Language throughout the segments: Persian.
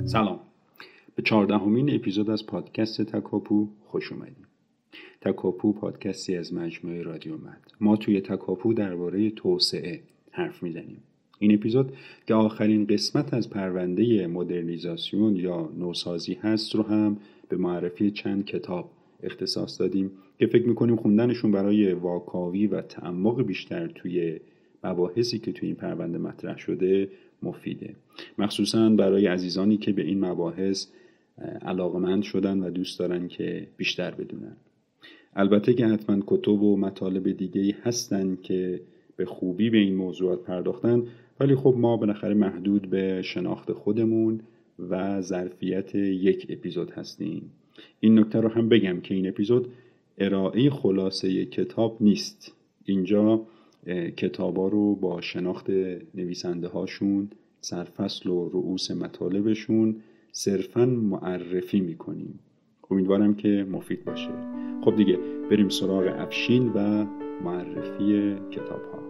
سلام، به 14مین اپیزود از پادکست تکاپو خوش اومدید. تکاپو پادکستی از مجموعه رادیو مد. ما توی تکاپو درباره توسعه حرف میزنیم. این اپیزود که آخرین قسمت از پرونده مدرنیزاسیون یا نوسازی هست رو هم به معرفی چند کتاب اختصاص دادیم که فکر میکنیم خوندنشون برای واکاوی و تعمق بیشتر توی مباحثی که توی این پرونده مطرح شده مفیده، مخصوصاً برای عزیزانی که به این مباحث علاقمند شدن و دوست دارن که بیشتر بدونن. البته که حتما کتب و مطالب دیگه‌ای هستن که به خوبی به این موضوعات پرداختن، ولی خب ما بالاخره محدود به شناخت خودمون و ظرفیت یک اپیزود هستیم. این نکته رو هم بگم که این اپیزود ارائه خلاصه کتاب نیست. اینجا کتابا رو با شناخت نویسنده هاشون، سرفصل و رؤوس مطالبشون صرفاً معرفی میکنیم. امیدوارم که مفید باشه. خب دیگه بریم سراغ افشین و معرفی کتاب ها.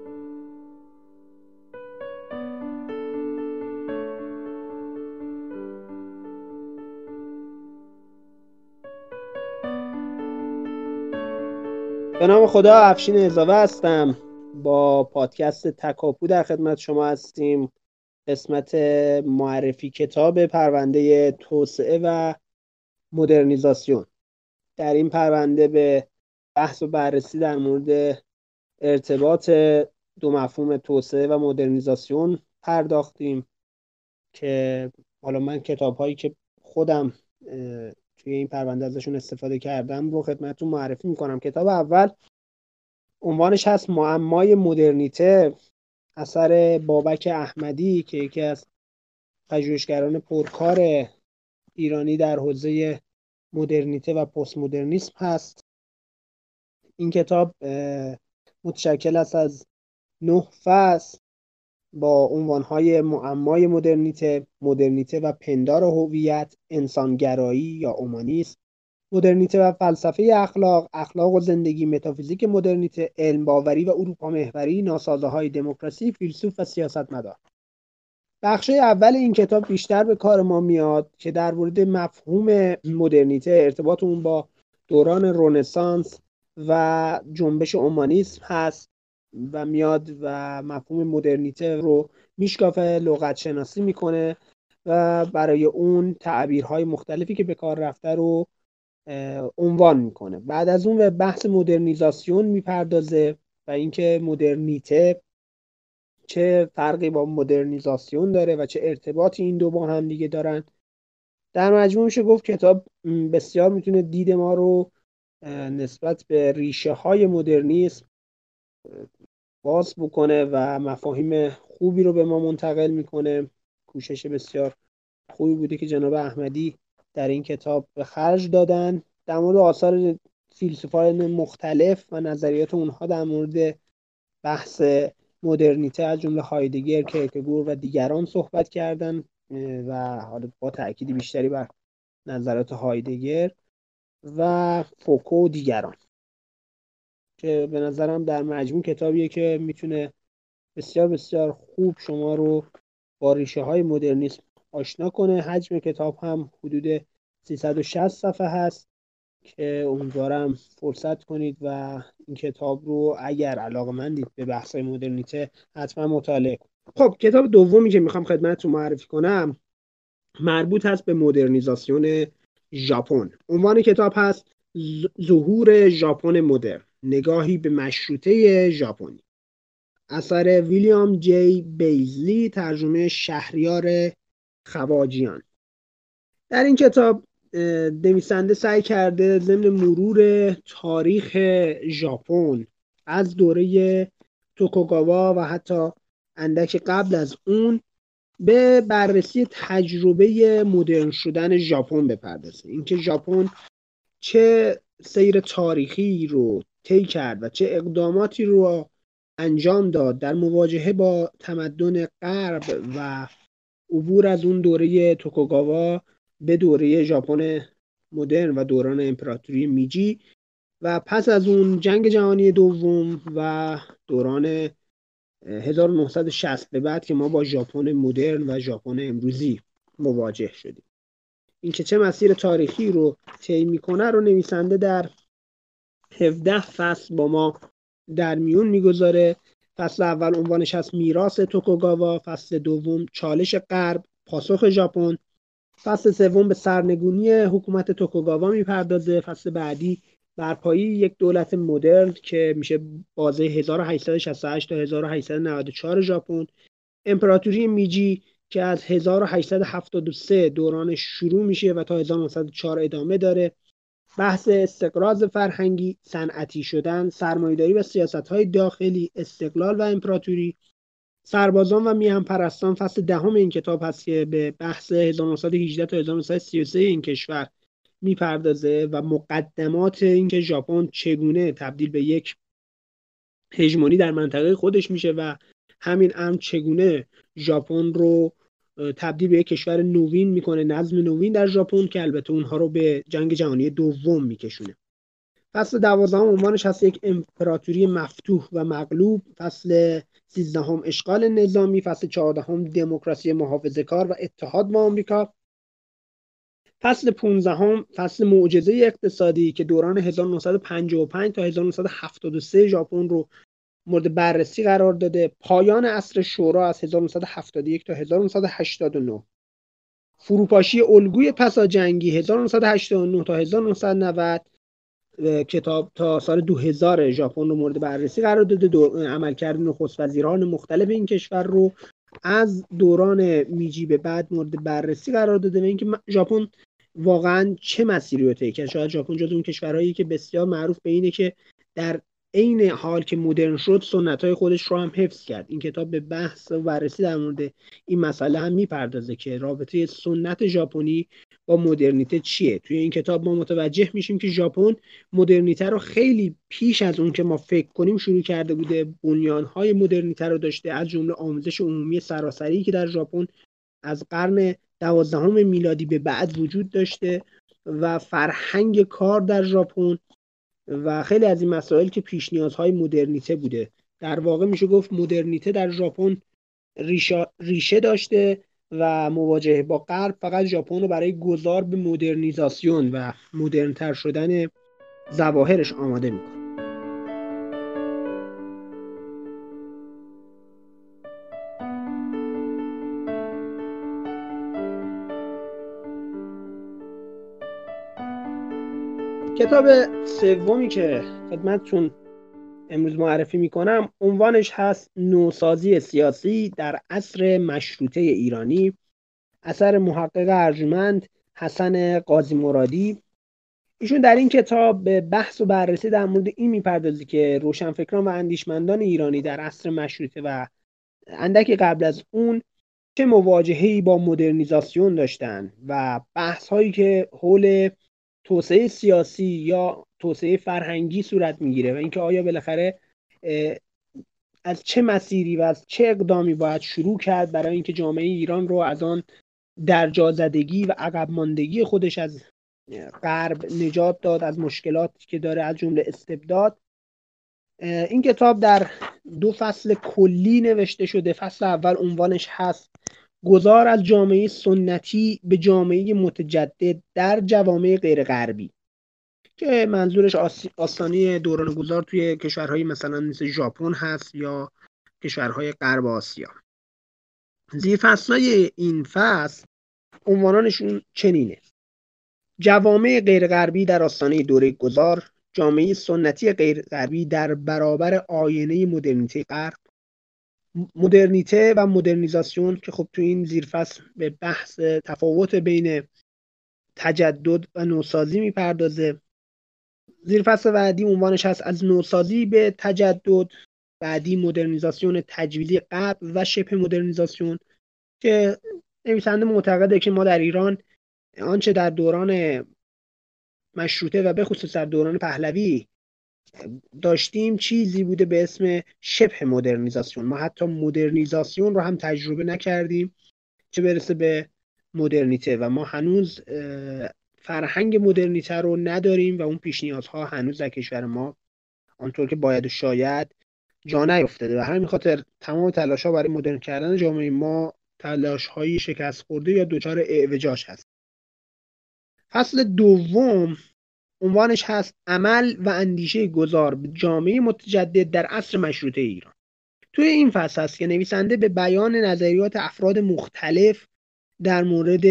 به نام خدا، افشین اضافه هستم. با پادکست تکاپو در خدمت شما هستیم. قسمت معرفی کتاب پرونده توسعه و مدرنیزاسیون. در این پرونده به بحث و بررسی در مورد ارتباط دو مفهوم توسعه و مدرنیزاسیون پرداختیم که حالا من کتاب هایی که خودم توی این پرونده ازشون استفاده کردم رو خدمتتون معرفی میکنم. کتاب اول عنوانش هست معمای مدرنیته، اثر بابک احمدی که یکی از پژوهشگران پرکار ایرانی در حوزه مدرنیته و پست مدرنیسم هست. این کتاب متشکل است از 9 فصل با عنوانهای معمای مدرنیته، مدرنیته و پندار هویت، انسانگرایی یا اومانیسم، مدرنیته و فلسفه اخلاق، اخلاق و زندگی، متافیزیک مدرنیته، علم باوری و اروپا محوری، ناسازه‌های دموکراسی، فیلسوف و سیاستمدار. بخش اول این کتاب بیشتر به کار ما میاد که در مورد مفهوم مدرنیته، ارتباط اون با دوران رنسانس و جنبش اومانیسم هست و میاد و مفهوم مدرنیته رو میشکافه، لغت شناسی میکنه و برای اون تعبیرهای مختلفی که به کار رفته رو عنوان میکنه. بعد از اون به بحث مدرنیزاسیون میپردازه و اینکه مدرنیته چه فرقی با مدرنیزاسیون داره و چه ارتباطی این دو با هم دیگه دارن. در مجموع میشه گفت کتاب بسیار میتونه دید ما رو نسبت به ریشه های مدرنیسم باز بکنه و مفاهیم خوبی رو به ما منتقل میکنه. کوشش بسیار خوبی بوده که جناب احمدی در این کتاب به خرج دادن در مورد آثار فیلسوفان مختلف و نظریات اونها در مورد بحث مدرنیته از جمله هایدگر، کیرکگور و دیگران صحبت کردن و حالا با تأکید بیشتری بر نظرات هایدگر و فوکو و دیگران، که به نظرم در مجموع کتابیه که میتونه بسیار بسیار خوب شما رو با ریشه های مدرنیسم آشنا کنه. حجم کتاب هم حدود 360 صفحه هست که امیدوارم فرصت کنید و این کتاب رو اگر علاقه‌مندید به بحث‌های مدرنیته حتما مطالعه کنید. خب کتاب دومی که میخوام خدمتتون معرفی کنم مربوط هست به مدرنیزاسیون ژاپن. عنوان کتاب هست ظهور ژاپن مدرن، نگاهی به مشروطه ژاپنی، اثر ویلیام جی بیزلی، ترجمه شهریار خواجیان. در این کتاب نویسنده سعی کرده ضمن مرور تاریخ ژاپن از دوره توکوگاوا و حتی اندک قبل از اون به بررسی تجربه مدرن شدن ژاپن بپردازه. اینکه ژاپن چه سیر تاریخی رو طی کرد و چه اقداماتی رو انجام داد در مواجهه با تمدن غرب و عبور از اون دوره توکوگاوا به دوره ژاپن مدرن و دوران امپراتوری میجی و پس از اون جنگ جهانی دوم و دوران 1960 به بعد که ما با ژاپن مدرن و ژاپن امروزی مواجه شدیم. اینکه چه مسیر تاریخی رو طی میکنه رو نویسنده در 17 فصل با ما در میون میگذاره. فصل اول عنوانش هست میراث توکوگاوا، فصل دوم چالش غرب، پاسخ ژاپن، فصل سوم به سرنگونی حکومت توکوگاوا میپردازه، فصل بعدی برپایی یک دولت مدرن که میشه بازه 1868 تا 1894 ژاپن، امپراتوری میجی که از 1873 دورانش شروع میشه و تا 1904 ادامه داره، بحث استقراض فرهنگی، صنعتی شدن، سرمایه‌داری و سیاست‌های داخلی، استقلال و امپراتوری، سربازان و میهن پرستان. فصل دهم این کتاب هست که به بحث 1918 تا 1933 این کشور میپردازه و مقدمات اینکه ژاپن چگونه تبدیل به یک هژمونی در منطقه خودش میشه و همین امر چگونه ژاپن رو تبدیل به یک کشور نوین میکنه، نظم نوین در ژاپن که البته اونها رو به جنگ جهانی دوم میکشونه. فصل 12 عنوانش هست یک امپراتوری مفتوح و مغلوب، فصل 13 اشغال نظامی، فصل 14 دموکراسی محافظه‌کار و اتحاد با آمریکا، فصل 15 فصل معجزه اقتصادی که دوران 1955 تا 1973 ژاپن رو مورد بررسی قرار داده، پایان عصر شورا از 1971 تا 1989، فروپاشی الگوی پساجنگی 1989 تا 1990. کتاب تا سال 2000 ژاپن رو مورد بررسی قرار داده، عملکرد نخست وزیران مختلف این کشور رو از دوران میجی به بعد مورد بررسی قرار داده و اینکه ژاپن واقعا چه مسیری رو طی کرد. شاید ژاپن جز اون کشورهایی که بسیار معروف به اینه که در عین حال که مدرن شد سنت‌های خودش رو هم حفظ کرد. این کتاب به بحث و بررسی در مورد این مسئله هم میپردازه که رابطه سنت ژاپنی با مدرنیته چیه. توی این کتاب ما متوجه میشیم که ژاپن مدرنیته رو خیلی پیش از اون که ما فکر کنیم شروع کرده بوده، بنیان‌های مدرنیته رو داشته، از جمله آموزش عمومی سراسری که در ژاپن از قرن 12 میلادی به بعد وجود داشته و فرهنگ کار در ژاپن و خیلی از این مسائل که پیش نیازهای مدرنیته بوده. در واقع میشه گفت مدرنیته در ژاپن ریشه داشته و مواجهه با غرب فقط ژاپن رو برای گذار به مدرنیزاسیون و مدرن‌تر شدن ظواهرش آماده میکنه. کتاب سومی که خدمتتون امروز معرفی میکنم عنوانش هست نوسازی سیاسی در عصر مشروطه ایرانی، اثر محقق ارجمند حسن قاضی مرادی. ایشون در این کتاب به بحث و بررسی در مورد این میپردازه که روشنفکران و اندیشمندان ایرانی در عصر مشروطه و اندکی قبل از اون چه مواجهه‌ای با مدرنیزاسیون داشتن و بحث هایی که حول توسعه سیاسی یا توسعه فرهنگی صورت میگیره و اینکه آیا بالاخره از چه مسیری و از چه اقدامی باید شروع کرد برای اینکه جامعه ایران رو از آن درجازدگی و عقب ماندگی خودش از غرب نجات داد، از مشکلاتی که داره از جمله استبداد. این کتاب در 2 فصل کلی نوشته شده. فصل اول عنوانش هست گذار از جامعه سنتی به جامعه متجدد در جوامع غیر غربی، که منظورش آستانه دوران گذار توی کشورهای مثلا مثل ژاپن هست یا کشورهای غرب آسیا. زیر فصلای این فصل عنوانانشون چنینه: جوامع غیر غربی در آستانه دوره گذار، جامعه سنتی غیر غربی در برابر آینه مدرنیته غرب، مدرنیته و مدرنیزاسیون، که خب تو این زیرفصل به بحث تفاوت بین تجدد و نوسازی میپردازه. زیرفصل بعدی عنوانش هست از نوسازی به تجدد، بعدی مدرنیزاسیون تجویزی قبل و شبه مدرنیزاسیون، که نویسنده معتقده که ما در ایران آنچه در دوران مشروطه و به خصوص در دوران پهلوی داشتیم چیزی بوده به اسم شبه مدرنیزاسیون. ما حتی مدرنیزاسیون رو هم تجربه نکردیم چه برسه به مدرنیته و ما هنوز فرهنگ مدرنیته رو نداریم و اون پیش نیازها هنوز در کشور ما آنطور که باید و شاید جا نیفتاده و همین خاطر تمام تلاش‌ها برای مدرن کردن جامعه ما تلاش‌های شکست خورده یا دچار اعوجاج هست. فصل دوم عنوانش هست عمل و اندیشه گذار به جامعه متجدد در عصر مشروطه ایران. توی این فصل هست که نویسنده به بیان نظریات افراد مختلف در مورد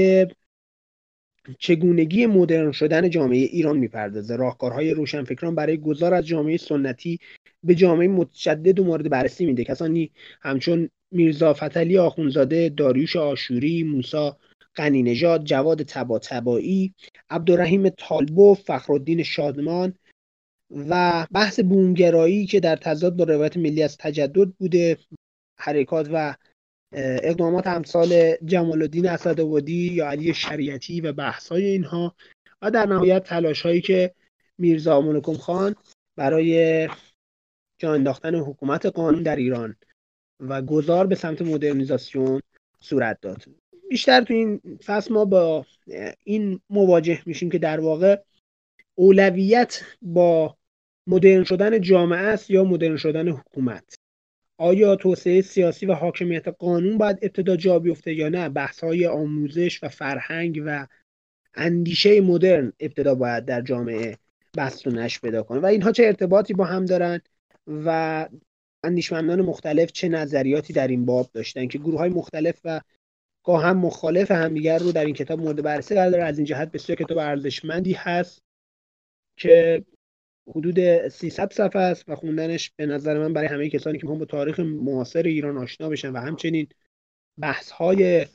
چگونگی مدرن شدن جامعه ایران میپردازه. راهکارهای روشنفکران برای گذار از جامعه سنتی به جامعه متجدد و مورد بررسی میده. کسانی همچون میرزا فتحعلی آخوندزاده، داریوش آشوری، موسی غنی نژاد، جواد طباطبایی، عبدالرحیم طالبوف، فخرالدین شادمان و بحث بومگرایی که در تضاد با روایت ملی از تجدد بوده، حرکات و اقدامات امثال جمال الدین اسدآبادی یا علی شریعتی و بحث‌های اینها، و در نهایت تلاش‌هایی که میرزا منوکم خان برای جا انداختن حکومت قانون در ایران و گذار به سمت مدرنیزاسیون صورت داد. بیشتر تو این فصل ما با این مواجه میشیم که در واقع اولویت با مدرن شدن جامعه است یا مدرن شدن حکومت. آیا توسعه سیاسی و حاکمیت قانون باید ابتدا جا بیفته یا نه؟ بحث‌های آموزش و فرهنگ و اندیشه مدرن ابتدا باید در جامعه بسط و نشأ پیدا کنه و اینها چه ارتباطی با هم دارن و اندیشمندان مختلف چه نظریاتی در این باب داشتن که گروه‌های مختلف و گاه هم مخالف همدیگر رو در این کتاب مورد بررسی قرار داره. از این جهت بسیار کتاب ارزشمندی هست که حدود 300 صفحه است و خوندنش به نظر من برای همه کسانی که میخوان با تاریخ معاصر ایران آشنا بشن و همچنین بحث‌های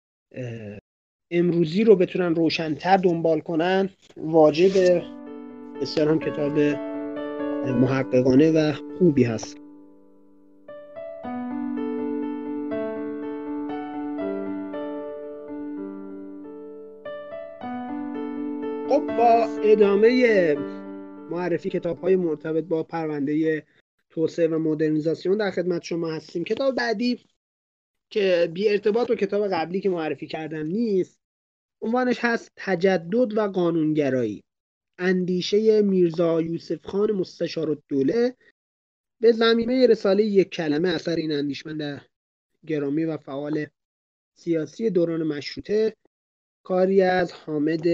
امروزی رو بتونن روشن‌تر دنبال کنن واجب، بسیار هم کتاب محققانه و خوبی هست. خب با ادامه معرفی کتاب‌های مرتبط با پرونده توسعه و مدرنیزاسیون در خدمت شما هستیم. کتاب بعدی که بی ارتباط با کتاب قبلی که معرفی کردم نیست، عنوانش هست تجدد و قانونگرایی، اندیشه میرزا یوسف خان مستشارالدوله به ضمیمه رساله یک کلمه، اثر این اندیشمند گرامی و فعال سیاسی دوران مشروطه، کاری از حامد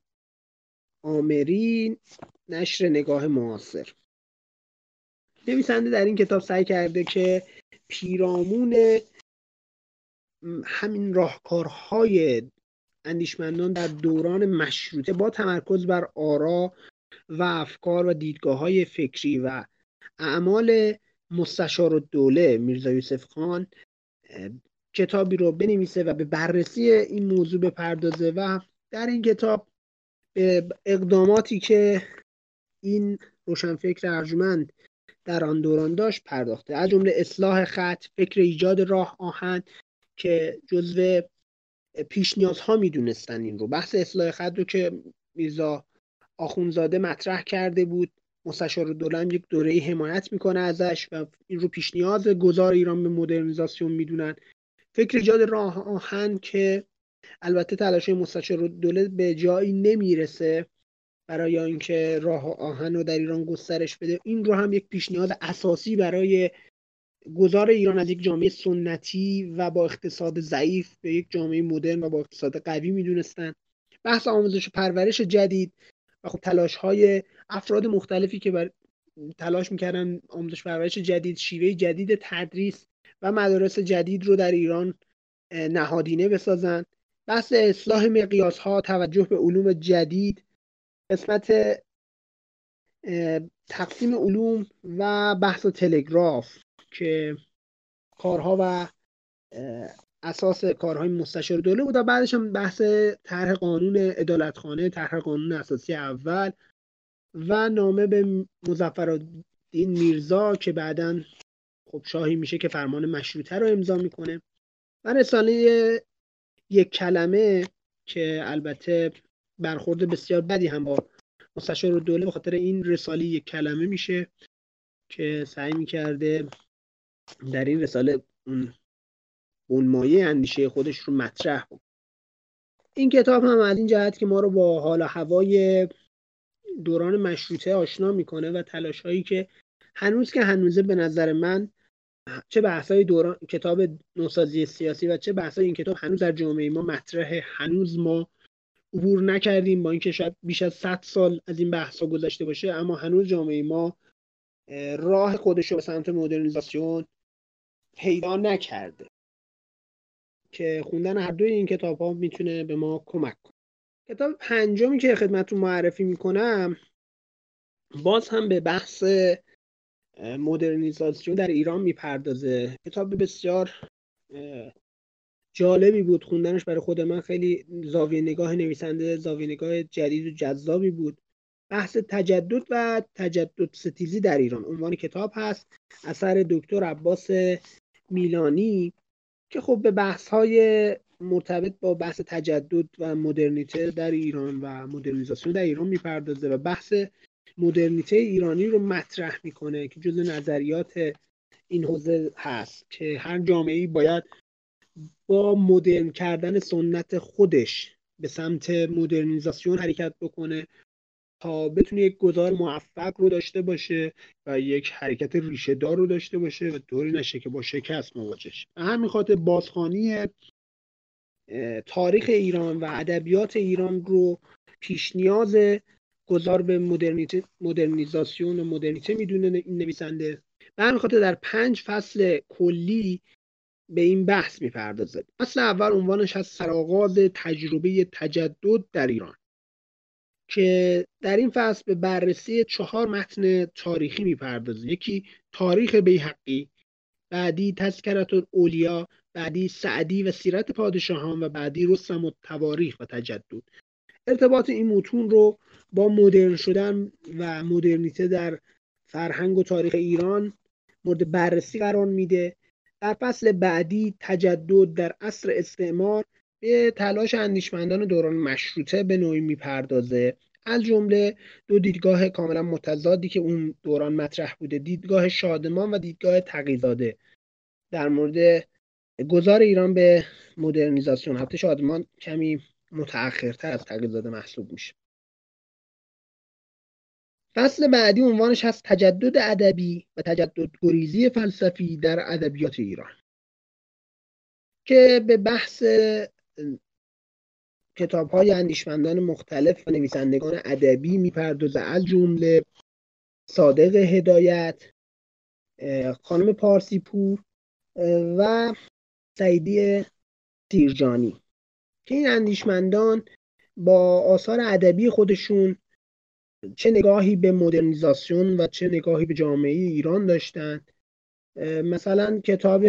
آمری، نشر نگاه معاصر. نویسنده در این کتاب سعی کرده که پیرامون همین راهکارهای اندیشمندان در دوران مشروطه با تمرکز بر آرا و افکار و دیدگاه‌های فکری و اعمال مستشارالدوله میرزا یوسف خان کتابی رو بنویسه و به بررسی این موضوع بپردازه و در این کتاب به اقداماتی که این روشنفکر ارجمند در آن دوران داشت پرداخته، از جمله اصلاح خط، فکر ایجاد راه آهن که جزو پیش نیازها میدونستن این رو. بحث اصلاح خط رو که میرزا آخوندزاده مطرح کرده بود، مستشارالدوله هم یک دوره حمایت میکنه ازش و این رو پیش نیاز گذار ایران به مدرنیزاسیون میدونن. فکر ایجاد راه آهن که البته تلاش مستشارالدوله به جایی نمیرسه برای اینکه راه آهن رو در ایران گسترش بده، این رو هم یک پیش نیاز اساسی برای گذار ایران از یک جامعه سنتی و با اقتصاد ضعیف به یک جامعه مدرن و با اقتصاد قوی میدونستن. بحث آموزش و پرورش جدید و خب تلاش‌های افراد مختلفی که تلاش میکردن آموزش پرورش جدید، شیوه جدید تدریس و مدارس جدید رو در ایران نهادینه بسازن. بحث اصلاح مقیاس‌ها، توجه به علوم جدید، قسمت تقسیم علوم و بحث تلگراف که کارها و اساس کارهای مستشارالدوله بود و بعدش هم بحث طرح قانون عدالتخانه، طرح قانون اساسی اول و نامه به مظفرالدین میرزا که بعداً خب شاهی میشه که فرمان مشروطه رو امضا میکنه و رساله یک کلمه که البته برخورد بسیار بدی هم با مستشارالدوله به خاطر این رساله یک کلمه میشه که سعی میکرده در این رساله اون مایه اندیشه خودش رو مطرح کنه. این کتاب هم از این جهت که ما رو با حال و هوای دوران مشروطه آشنا میکنه و تلاش‌هایی که هنوزه به نظر من چه بحث‌های دوران کتاب نوسازی سیاسی و چه بحث‌های این کتاب هنوز در جامعه ما مطرحه. هنوز ما عبور نکردیم، با اینکه شاید بیش از 100 سال از این بحث‌ها گذشته باشه، اما هنوز جامعه ما راه خودش رو به سمت مدرنیزاسیون پیدا نکرده که خوندن هر دوی این کتاب‌ها میتونه به ما کمک کنه. کتاب پنجمی که خدمتتون معرفی میکنم باز هم به بحث مدرنیزاسیون در ایران میپردازه. کتاب بسیار جالبی بود خوندنش. برای خود من خیلی زاویه نگاه نویسنده زاویه نگاه جدید و جذابی بود. بحث تجدد و تجدد ستیزی در ایران عنوان کتاب هست، اثر دکتر عباس میلانی، که خب به بحث‌های مرتبط با بحث تجدد و مدرنیته در ایران و مدرنیزاسیون در ایران میپردازه و بحث مدرنیته ایرانی رو مطرح میکنه که جزء نظریات این حوزه هست که هر جامعه‌ای باید با مدرن کردن سنت خودش به سمت مدرنیزاسیون حرکت بکنه تا بتونه یک گذار موفق رو داشته باشه و یک حرکت ریشه دار رو داشته باشه و طوری نشه که با شکست مواجه شه. به همین خاطر بازخوانی تاریخ ایران و ادبیات ایران رو پیش نیاز گذار به مدرنیزاسیون و مدرنیته میدونه این نویسنده. به همین خاطر در 5 فصل کلی به این بحث میپردازه. فصل اول عنوانش هست سرآغاز تجربه تجدد در ایران، که در این فصل به بررسی 4 متن تاریخی میپردازه. یکی تاریخ بیهقی، بعدی تذکرة الاولیا، بعدی سعدی و سیرت پادشاهان و بعدی رستم و تواریخ و تجدد. ارتباط این متون رو با مدرن شدن و مدرنیته در فرهنگ و تاریخ ایران مورد بررسی قرار میده. در فصل بعدی تجدد در عصر استعمار به تلاش اندیشمندان دوران مشروطه به نوعی میپردازه، از جمله 2 دیدگاه کاملا متضادی که اون دوران مطرح بوده، دیدگاه شادمان و دیدگاه تقی‌زاده در مورد گذار ایران به مدرنیزاسیون. البته شادمان کمی متأخرتر از تقی‌زاده محسوب میشه. فصل بعدی عنوانش هست تجدد ادبی و تجدد گریزی فلسفی در ادبیات ایران، که به بحث کتاب‌های اندیشمندان مختلف و نویسندگان ادبی میپردازه، از جمله صادق هدایت، خانم پارسیپور و سعیدی سیرجانی، که این اندیشمندان با آثار ادبی خودشون چه نگاهی به مدرنیزاسیون و چه نگاهی به جامعه ایران داشتن. مثلا کتاب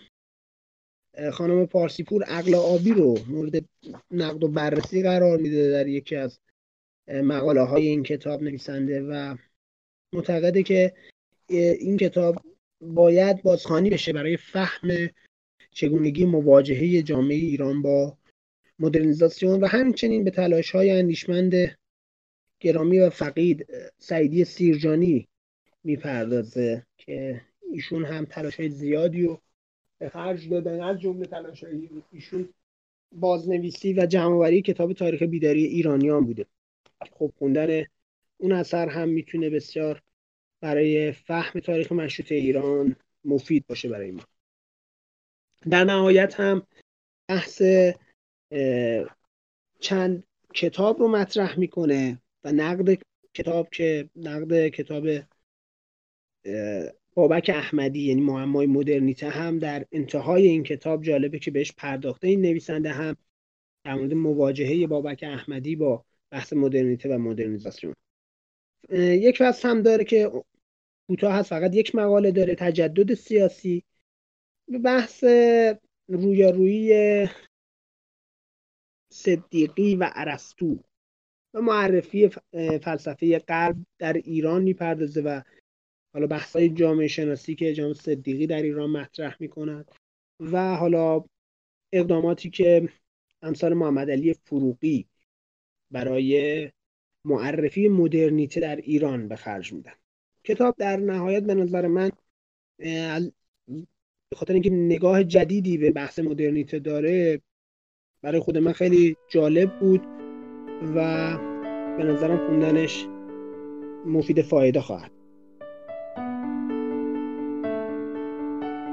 خانم پارسیپور عقل آبی رو مورد نقد و بررسی قرار میده در یکی از مقاله های این کتاب نویسنده و معتقده که این کتاب باید بازخوانی بشه برای فهم چگونگی مواجهه جامعه ایران با مدرنیزاسیون و همچنین به تلاش های اندیشمند گرامی و فقید سعیدی سیرجانی میپردازه که ایشون هم تلاش های زیادی رو به خرج دادن، از جمله تلاش های ایشون بازنویسی و جمع‌آوری کتاب تاریخ بیداری ایرانیان بوده. خب خوندن اون اثر هم میتونه بسیار برای فهم تاریخ مشروطه ایران مفید باشه برای ما. در نهایت هم بحث چند کتاب رو مطرح میکنه و نقد کتاب بابک احمدی، یعنی معمای مدرنیته، هم در انتهای این کتاب جالبه که بهش پرداخته. این نویسنده هم در مورد مواجهه بابک احمدی با بحث مدرنیته و مدرنیزاسیون. یک فصل هم داره که کوتاه هست، فقط 1 مقاله داره، تجدد سیاسی، به بحث رویارویی صدیقی و ارسطو و معرفی فلسفه غرب در ایران میپردازه و حالا بحث‌های جامعه شناسی که جناب صدیقی در ایران مطرح میکنند و حالا اقداماتی که امثال محمد علی فروغی برای معرفی مدرنیته در ایران به خرج میدن. کتاب در نهایت به نظر من به خاطر اینکه نگاه جدیدی به بحث مدرنیته داره برای خود من خیلی جالب بود و به نظرم خوندنش مفید فایده خواهد.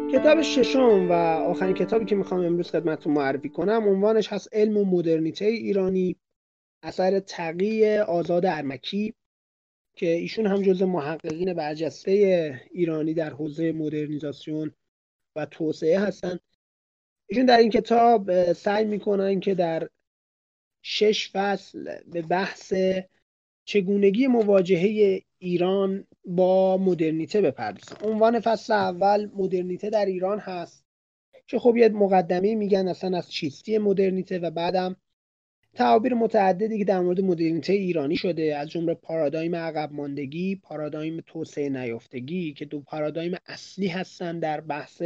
کتاب ششم و آخرین کتابی که میخوام امروز خدمتتون معرفی کنم عنوانش هست علم و مدرنیته ایرانی، اثر تقی آزاد ارمکی که ایشون هم جزو محققین برجسته ایرانی در حوزه مدرنیزاسیون و توسعه هستن. ایشون در این کتاب سعی میکنن که در 6 فصل به بحث چگونگی مواجهه ایران با مدرنیته بپردازن. عنوان فصل اول مدرنیته در ایران هست که خب یه مقدمه میگن اصلا از چیستی مدرنیته و بعدم تعابیر متعددی که در مورد مدرنیته ایرانی شده، از جمله پارادایم عقب ماندگی، پارادایم توسعه نیافتگی که دو پارادایم اصلی هستن در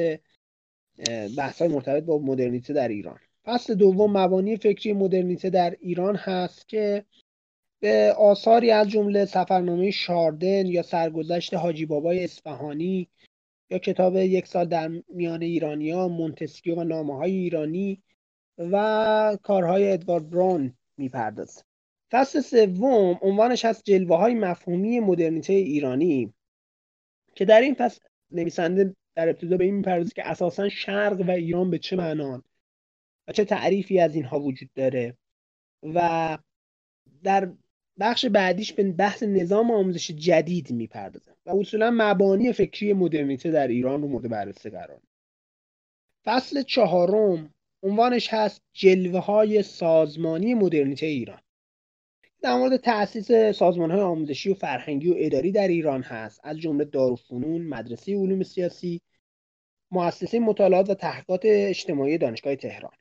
بحث‌های مرتبط با مدرنیته در ایران. فصل دوم مبانی فکری مدرنیته در ایران هست که به آثاری از جمله سفرنامه شاردن یا سرگذشت حاجی بابای اصفهانی یا کتاب 1 سال در میان ایرانیان، مونتسکیو و نامه‌های ایرانی و کارهای ادوارد براون میپردازه. فصل سوم عنوانش هست جلوه‌های مفهومی مدرنیته ایرانی که در این فصل نویسنده در ابتدا به این میپردازه که اساساً شرق و ایران به چه معنان و چه تعریفی از اینها وجود داره و در بخش بعدیش به بحث نظام آموزش جدید میپردازه و اصولا مبانی فکری مدرنیته در ایران رو مورد بررسی قرار میده. فصل چهارم عنوانش هست جلوه‌های سازمانی مدرنیته ایران. در مورد تأسیس سازمان‌های آموزشی و فرهنگی و اداری در ایران هست، از جمله دارالفنون، مدرسه علوم سیاسی، مؤسسه مطالعات و تحقیقات اجتماعی دانشگاه تهران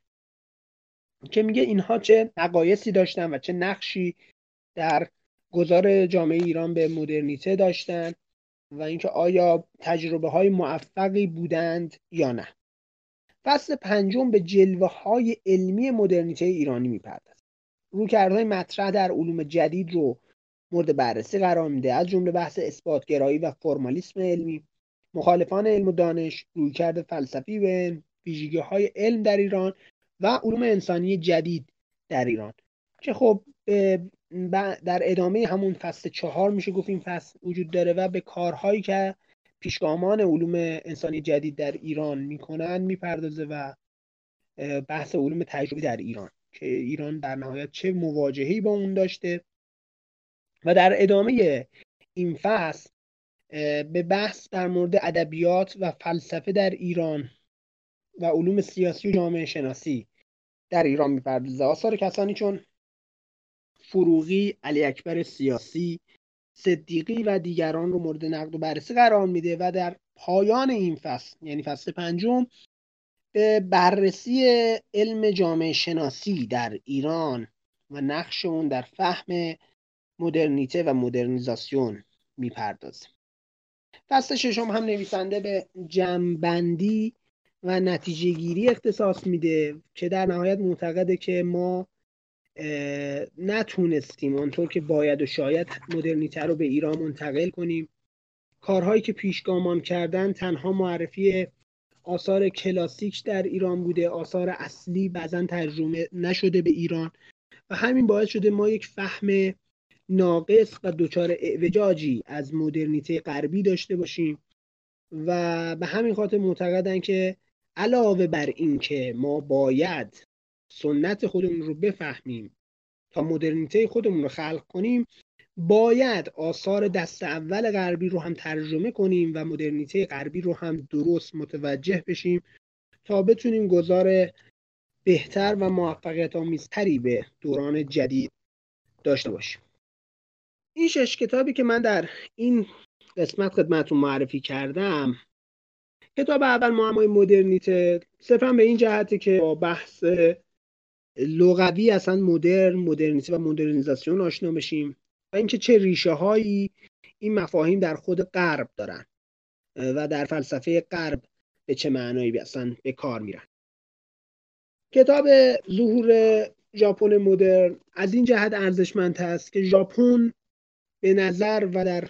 که میگه اینها چه نقایصی داشتن و چه نقشی در گذار جامعه ایران به مدرنیته داشتن و اینکه آیا تجربه‌های موفقی بودند یا نه. فصل پنجم به جلوه‌های علمی مدرنیته ایرانی میپردازه. رویکردهای مطرح در علوم جدید رو مورد بررسی قرار میده، از جمله بحث اثباتگرایی و فرمالیسم علمی، مخالفان علم و دانش، رویکرد فلسفی به ویژگی‌های علم در ایران و علوم انسانی جدید در ایران که خب در ادامه همون فصل 4 میشه گفت این فصل وجود داره و به کارهایی که پیشگامان علوم انسانی جدید در ایران میکنن میپردازه و بحث علوم تجربی در ایران که ایران در نهایت چه مواجهه‌ای با اون داشته و در ادامه این فصل به بحث در مورد ادبیات و فلسفه در ایران و علوم سیاسی و جامعه شناسی در ایران میپردازه. آثار کسانی چون فروغی، علی اکبر سیاسی، صدیقی و دیگران رو مورد نقد و بررسی قرار میده و در پایان این فصل یعنی فصل پنجم به بررسی علم جامعه شناسی در ایران و نقش اون در فهم مدرنیته و مدرنیزاسیون میپردازه. فصل ششم هم نویسنده به جمع‌بندی و نتیجه گیری اختصاص میده که در نهایت معتقده که ما نتونستیم اونطور که باید و شاید مدرنیته رو به ایران منتقل کنیم. کارهایی که پیشگامان کردن تنها معرفی آثار کلاسیک در ایران بوده، آثار اصلی بعضا ترجمه نشده به ایران و همین باعث شده ما یک فهم ناقص و دچار اعوجاجی از مدرنیته غربی داشته باشیم و به همین خاطر معتقدن که علاوه بر این که ما باید سنت خودمون رو بفهمیم تا مدرنیته خودمون رو خلق کنیم، باید آثار دست اول غربی رو هم ترجمه کنیم و مدرنیته غربی رو هم درست متوجه بشیم تا بتونیم گذار بهتر و موفقیت آمیزتری به دوران جدید داشته باشیم. این 6 کتابی که من در این قسمت خدمتتون معرفی کردم، کتاب اول معمای مدرنیته صرفا به این جهته که با بحث لغوی اصلا مدرنیته و مدرنیزاسیون آشنا بشیم و اینکه چه ریشه هایی این مفاهیم در خود غرب دارن و در فلسفه غرب به چه معنایی اصلا به کار میرن. کتاب ظهور ژاپن مدرن از این جهت ارزشمند است که ژاپن به نظر و در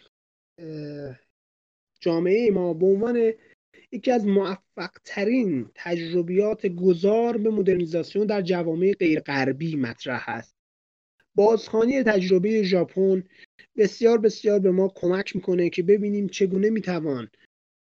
جامعه ما به عنوان یکی از موفق ترین تجربیات گذار به مدرنیزاسیون در جوامع غیر غربی مطرح است. بازخوانی تجربه ژاپن بسیار بسیار به ما کمک میکنه که ببینیم چگونه میتوان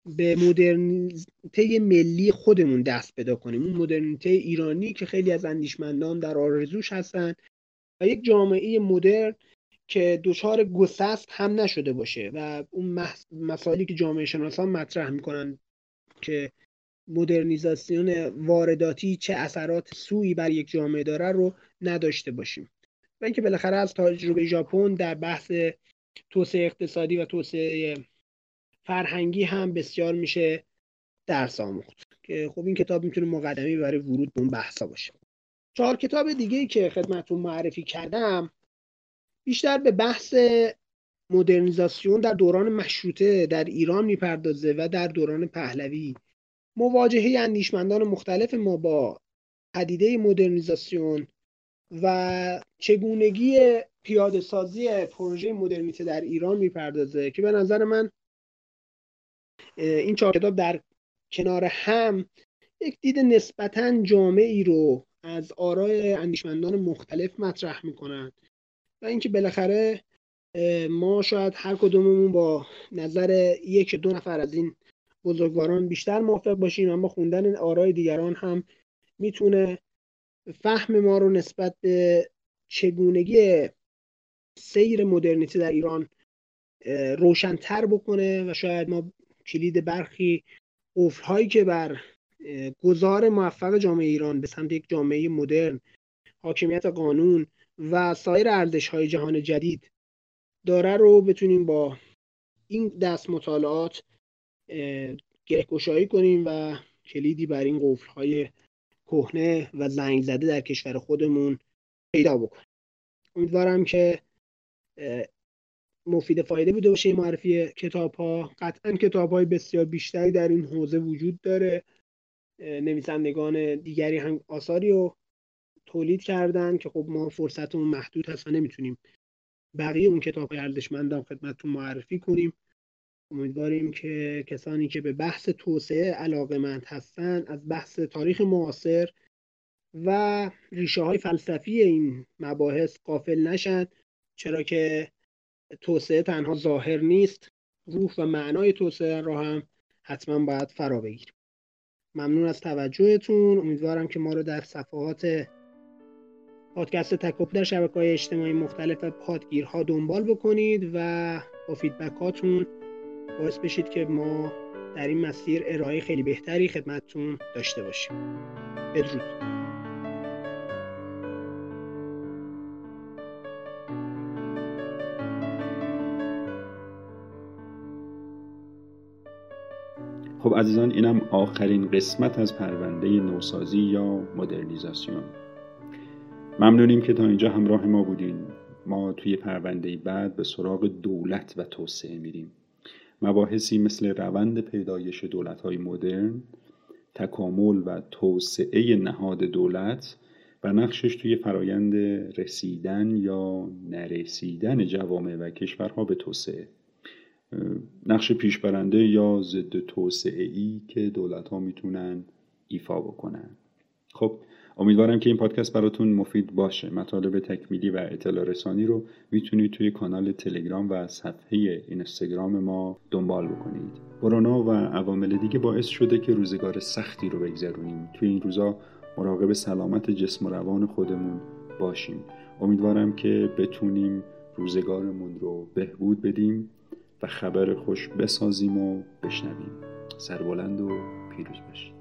به مدرنیته ملی خودمون دست پیدا کنیم، اون مدرنیته ایرانی که خیلی از اندیشمندان در آرزوش هستن و یک جامعه مدرن که دچار گسست هم نشده باشه و اون مسائلی که جامعه شناسان مطرح میکنن که مدرنیزاسیون وارداتی چه اثرات سوئی بر یک جامعه داره رو نداشته باشیم. و اینکه بالاخره از تجربه ژاپن در بحث توسعه اقتصادی و توسعه فرهنگی هم بسیار میشه درس آموخت که خب این کتاب میتونه مقدمه‌ای برای ورود به اون بحثا باشه. 4 کتاب دیگه‌ای که خدمتتون معرفی کردم بیشتر به بحث مدرنیزاسیون در دوران مشروطه در ایران میپردازه و در دوران پهلوی مواجهه اندیشمندان مختلف ما با پدیده مدرنیزاسیون و چگونگی پیاده سازی پروژه مدرنیته در ایران میپردازه که به نظر من این 4 کتاب در کنار هم یک دید نسبتاً جامعی رو از آراء اندیشمندان مختلف مطرح میکنن و اینکه بالاخره ما شاید هر کدوممون با نظر 1-2 نفر از این بزرگواران بیشتر موافق باشیم، اما خوندن آراء دیگران هم میتونه فهم ما رو نسبت به چگونگی سیر مدرنیته در ایران روشن‌تر بکنه و شاید ما کلید برخی قفل‌هایی که بر گذار موفق جامعه ایران به سمت یک جامعه مدرن، حاکمیت قانون و سایر ارزش‌های جهان جدید داره رو بتونیم با این دست مطالعات گره‌گشایی کنیم و کلیدی بر این قفل‌های کهنه و زنگ زده در کشور خودمون پیدا بکنیم. امیدوارم که مفید فایده بوده باشه معرفی کتاب‌ها. قطعاً کتاب‌های بسیار بیشتری در این حوزه وجود داره. نویسندگان دیگری هم آثاری رو تولید کردن که خب ما فرصتمون محدود هست و نمیتونیم بقیه اون کتاب‌های ارزشمند خدمتتون معرفی کنیم. امیدواریم که کسانی که به بحث توسعه علاقه‌مند هستن از بحث تاریخ معاصر و ریشه‌های فلسفی این مباحث غافل نشن، چرا که توسعه تنها ظاهر نیست، روح و معنای توسعه را هم حتما باید فرا بگیریم. ممنون از توجهتون. امیدوارم که ما رو در صفحات پادکست تکاپو در شبکه‌های اجتماعی مختلف و پادگیرها دنبال بکنید و با فیدبکاتون باعث بشید که ما در این مسیر ارائه خیلی بهتری خدمتتون داشته باشیم. بدرود. خب عزیزان، اینم آخرین قسمت از پرونده نوسازی یا مدرنیزاسیون. ممنونیم که تا اینجا همراه ما بودین. ما توی پرونده بعد به سراغ دولت و توسعه میریم. مباحثی مثل روند پیدایش دولت‌های مدرن، تکامل و توسعه نهاد دولت و نقشش توی فرایند رسیدن یا نرسیدن جوامع و کشورها به توسعه، نقش پیشبرنده یا ضد توسعه‌ای که دولت‌ها میتونن ایفا بکنن. خب امیدوارم که این پادکست براتون مفید باشه. مطالب تکمیلی و اطلاع رسانی رو میتونید توی کانال تلگرام و صفحه اینستاگرام ما دنبال بکنید. کرونا و عوامل دیگه باعث شده که روزگار سختی رو بگذرونیم. توی این روزا مراقب سلامت جسم و روان خودمون باشیم. امیدوارم که بتونیم روزگارمون رو بهبود بدیم و خبر خوش بسازیم و بشنویم. سربلند و پیروز باشید.